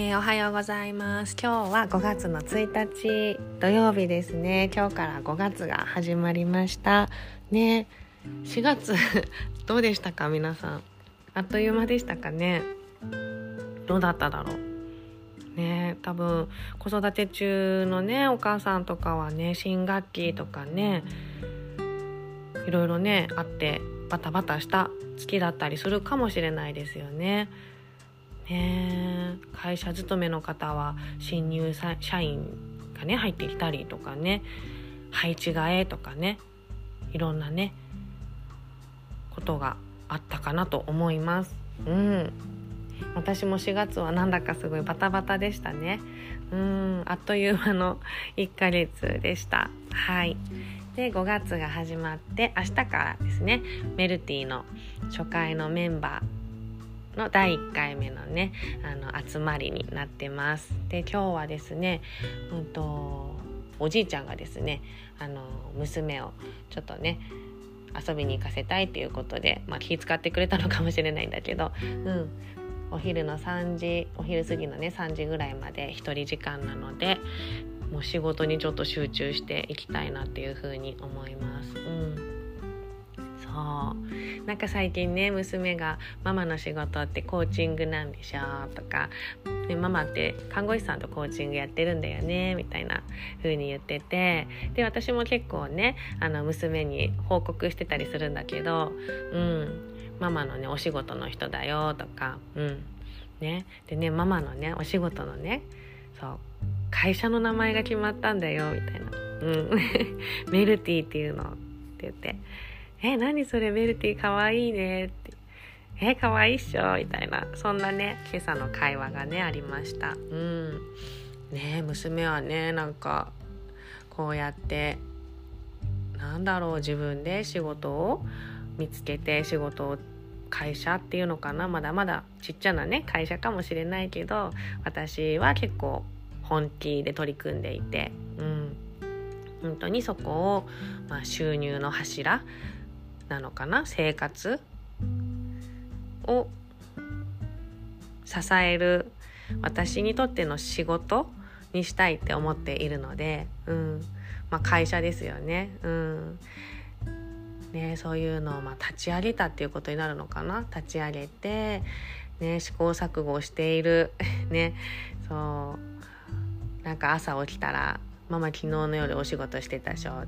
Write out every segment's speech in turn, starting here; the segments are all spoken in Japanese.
おはようございます。今日は5月の1日土曜日ですね。今日から5月が始まりましたね。4月どうでしたか皆さん。あっという間でしたかね。どうだっただろうね。多分子育て中のねお母さんとかはね、新学期とかね、いろいろねあってバタバタした月だったりするかもしれないですよね。会社勤めの方は新入社員がね入ってきたりとかね、配置換えとかね、いろんなねことがあったかなと思います。私も4月はなんだかすごいバタバタでしたね。あっという間の1ヶ月でした。はい。で5月が始まって明日からですね、メルティの初回のメンバーの第1回目のね集まりになってます。で今日はですね、おじいちゃんがですね娘をちょっとね遊びに行かせたいということで、気遣ってくれたのかもしれないんだけど、お昼過ぎのね3時ぐらいまで一人時間なので、もう仕事にちょっと集中していきたいなっていうふうに思います。なんか最近ね娘がママの仕事ってコーチングなんでしょとか、ママって看護師さんとコーチングやってるんだよねみたいな風に言ってて、で私も結構ね娘に報告してたりするんだけど、ママのねお仕事の人だよとか、でねママのねお仕事のね会社の名前が決まったんだよみたいな、メルティっていうのって言って、何それメルティかわいいねって、かわいいっしょみたいな、そんなね今朝の会話がねありました。娘はねなんかこうやって自分で仕事を見つけて、会社っていうのかな、まだまだちっちゃなね会社かもしれないけど、私は結構本気で取り組んでいて、本当にそこを、収入の柱なのかな、生活を支える私にとっての仕事にしたいって思っているので、会社ですよね。そういうのを立ち上げたっていうことになるのかな。立ち上げて、試行錯誤をしているなんか朝起きたらママ昨日の夜お仕事してたでしょって、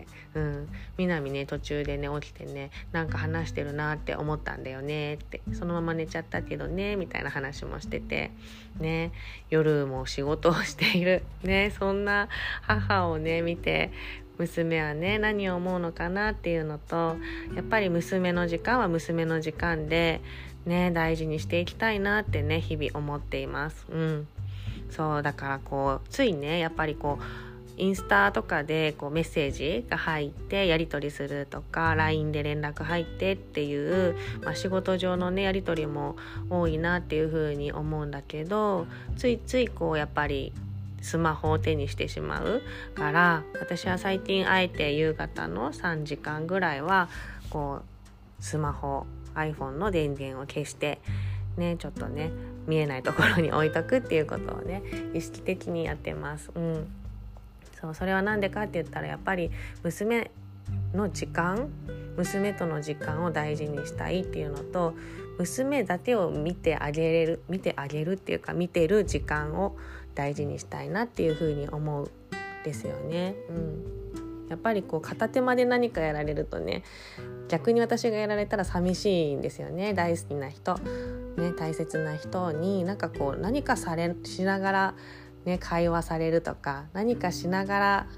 みなみね途中でね起きてねなんか話してるなって思ったんだよねって、そのまま寝ちゃったけどねみたいな話もしててね、夜も仕事をしているね、そんな母をね見て娘はね何を思うのかなっていうのと、やっぱり娘の時間は娘の時間でね大事にしていきたいなってね日々思っています。だからついねやっぱりインスタとかでメッセージが入ってやり取りするとか、 LINE で連絡入ってっていう、仕事上のねやり取りも多いなっていう風に思うんだけど、ついついやっぱりスマホを手にしてしまうから、私は最近あえて夕方の3時間ぐらいはスマホ iPhone の電源を消してね、ちょっとね見えないところに置いとくっていうことをね意識的にやってます。それはなんでかって言ったら、やっぱり娘との時間を大事にしたいっていうのと、娘だけを見てあげるっていうか、見てる時間を大事にしたいなっていうふうに思うですよね。やっぱり片手間で何かやられるとね、逆に私がやられたら寂しいんですよね。大好きな人、大切な人に何かしながら会話されるとか、何かしながら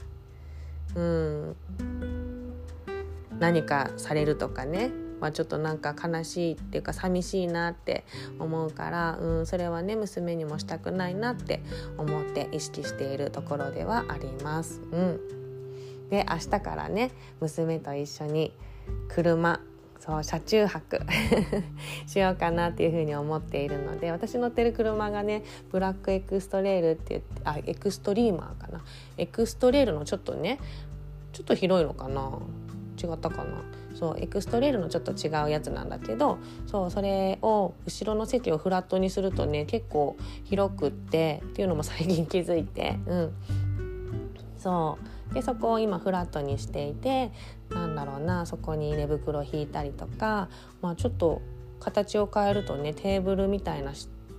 何かされるとかね、ちょっとなんか悲しいっていうか寂しいなって思うから、それはね娘にもしたくないなって思って意識しているところではあります。で明日からね娘と一緒に車中泊しようかなっていうふうに思っているので、私乗ってる車がねブラックエクストレールって言って、エクストリーマーかな、エクストレールのちょっと広いのかな、 違ったかな。そうエクストレイルのちょっと違うやつなんだけど、それを後ろの席をフラットにするとね結構広くっていうのも最近気づいて、そうでそこを今フラットにしていて、そこに寝袋引いたりとか、ちょっと形を変えるとねテーブルみたいな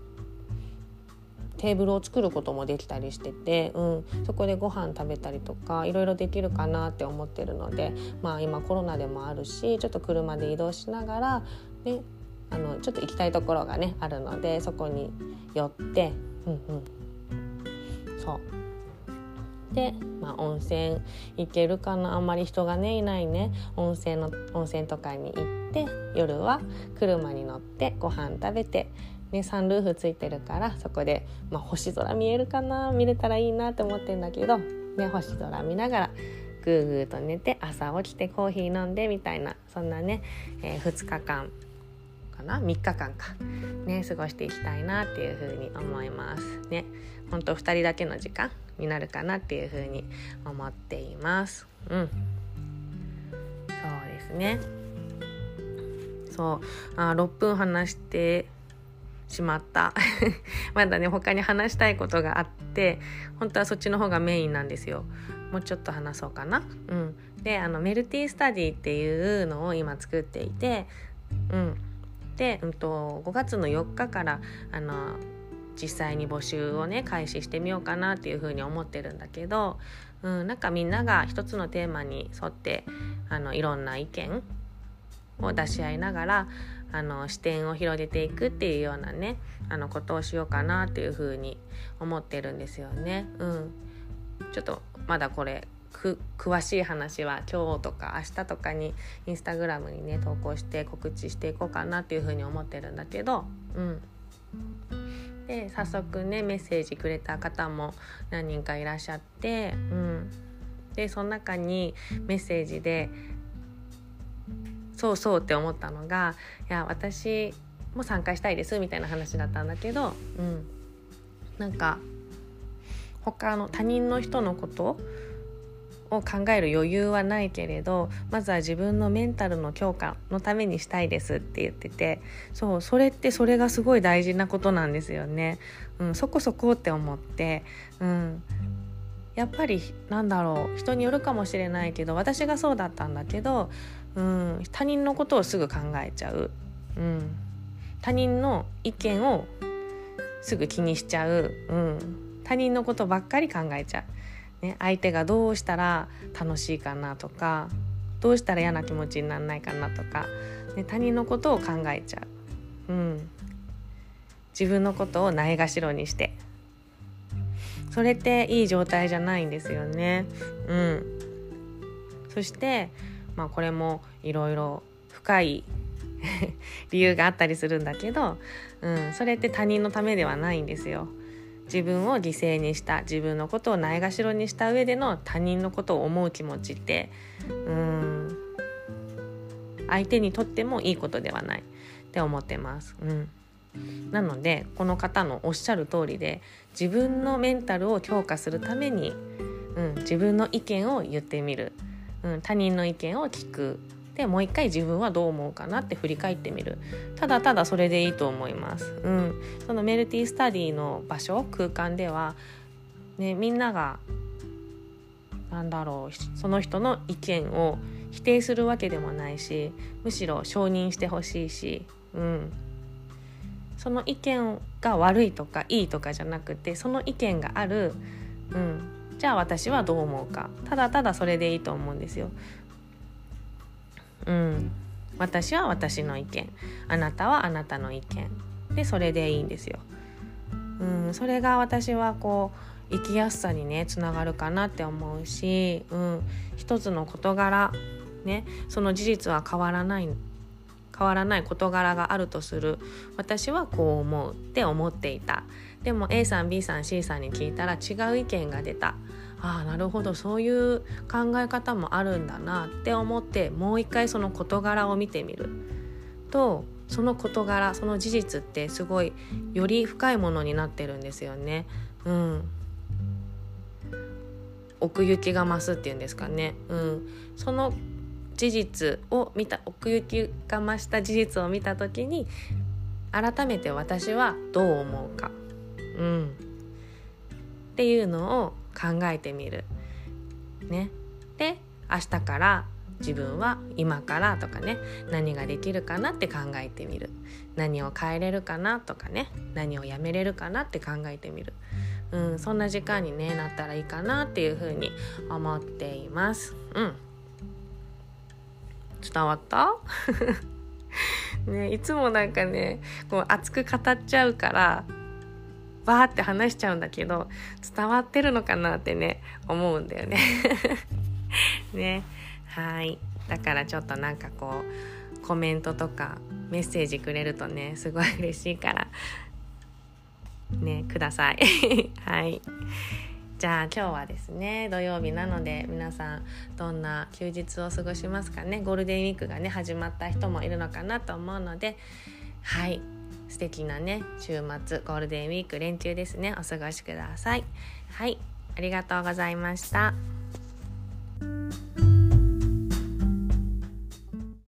テーブルを作ることもできたりしてて、そこでご飯食べたりとかいろいろできるかなって思ってるので、今コロナでもあるしちょっと車で移動しながら、ね、ちょっと行きたいところがねあるのでそこに寄って、で、温泉行けるかな、あんまり人がねいないね温泉とかに行って夜は車に乗ってご飯食べて、サンルーフついてるからそこで、星空見えるかな、見れたらいいなって思ってるんだけど、星空見ながらぐーぐーと寝て朝起きてコーヒー飲んでみたいな、そんなね、2日間かな3日間かね過ごしていきたいなっていう風に思いますね。ほんと2人だけの時間になるかなっていう風に思っています。そうですね。6分話してしまったまだね他に話したいことがあって、本当はそっちの方がメインなんですよ。もうちょっと話そうかな。でメルティースタディっていうのを今作っていて、で、5月の4日から実際に募集をね開始してみようかなっていうふうに思ってるんだけど、なんかみんなが一つのテーマに沿っていろんな意見を出し合いながら視点を広げていくっていうようなねことをしようかなっていうふうに思ってるんですよね。ちょっとまだこれ詳しい話は今日とか明日とかにインスタグラムにね投稿して告知していこうかなっていうふうに思ってるんだけど、で早速ねメッセージくれた方も何人かいらっしゃって、でその中にメッセージでそうって思ったのが、いや私も参加したいですみたいな話だったんだけど、なんか他の他人の人のことを考える余裕はないけれど、まずは自分のメンタルの強化のためにしたいですって言ってて、それがすごい大事なことなんですよね。そこって思って、やっぱり人によるかもしれないけど私がそうだったんだけど、他人のことをすぐ考えちゃう、他人の意見をすぐ気にしちゃう、他人のことばっかり考えちゃう、相手がどうしたら楽しいかなとか、どうしたら嫌な気持ちにならないかなとか、他人のことを考えちゃう、自分のことをないがしろにして、それっていい状態じゃないんですよね。そしてこれもいろいろ深い理由があったりするんだけど、それって他人のためではないんですよ。自分を犠牲にした、自分のことをないがしろにした上での他人のことを思う気持ちって、相手にとってもいいことではないって思ってます。なのでこの方のおっしゃる通りで、自分のメンタルを強化するために、自分の意見を言ってみる、他人の意見を聞く、でもう一回自分はどう思うかなって振り返ってみる、ただただそれでいいと思います。そのメルティースタディの場所、空間では、みんながその人の意見を否定するわけでもないし、むしろ承認してほしいし、その意見が悪いとかいいとかじゃなくて、その意見がある、じゃあ私はどう思うか、ただただそれでいいと思うんですよ。私は私の意見、あなたはあなたの意見で、それでいいんですよ。それが私は生きやすさにねつながるかなって思うし、一つの事柄ね、その事実は変わらない事柄があるとする、私はこう思うって思っていた、でも A さん B さん C さんに聞いたら違う意見が出た、なるほど、そういう考え方もあるんだなって思って、もう一回その事柄を見てみると、その事柄、その事実ってすごいより深いものになってるんですよね。奥行きが増すっていうんですかね。その事実を見た、奥行きが増した事実を見た時に改めて私はどう思うか、っていうのを考えてみるね。で明日から自分は今からとかね、何ができるかなって考えてみる。何を変えれるかなとかね、何をやめれるかなって考えてみる。そんな時間にねなったらいいかなっていうふうに思っています。伝わったね、いつもなんかねこう熱く語っちゃうからバーって話しちゃうんだけど、伝わってるのかなってね思うんだよねね、はい。だからちょっとなんかこうコメントとかメッセージくれるとねすごい嬉しいからねくださいはい。じゃあ今日はですね土曜日なので、皆さんどんな休日を過ごしますかね。ゴールデンウィークがね始まった人もいるのかなと思うので、はい、素敵なね週末ゴールデンウィーク連休ですね、お過ごしください。はい、ありがとうございました。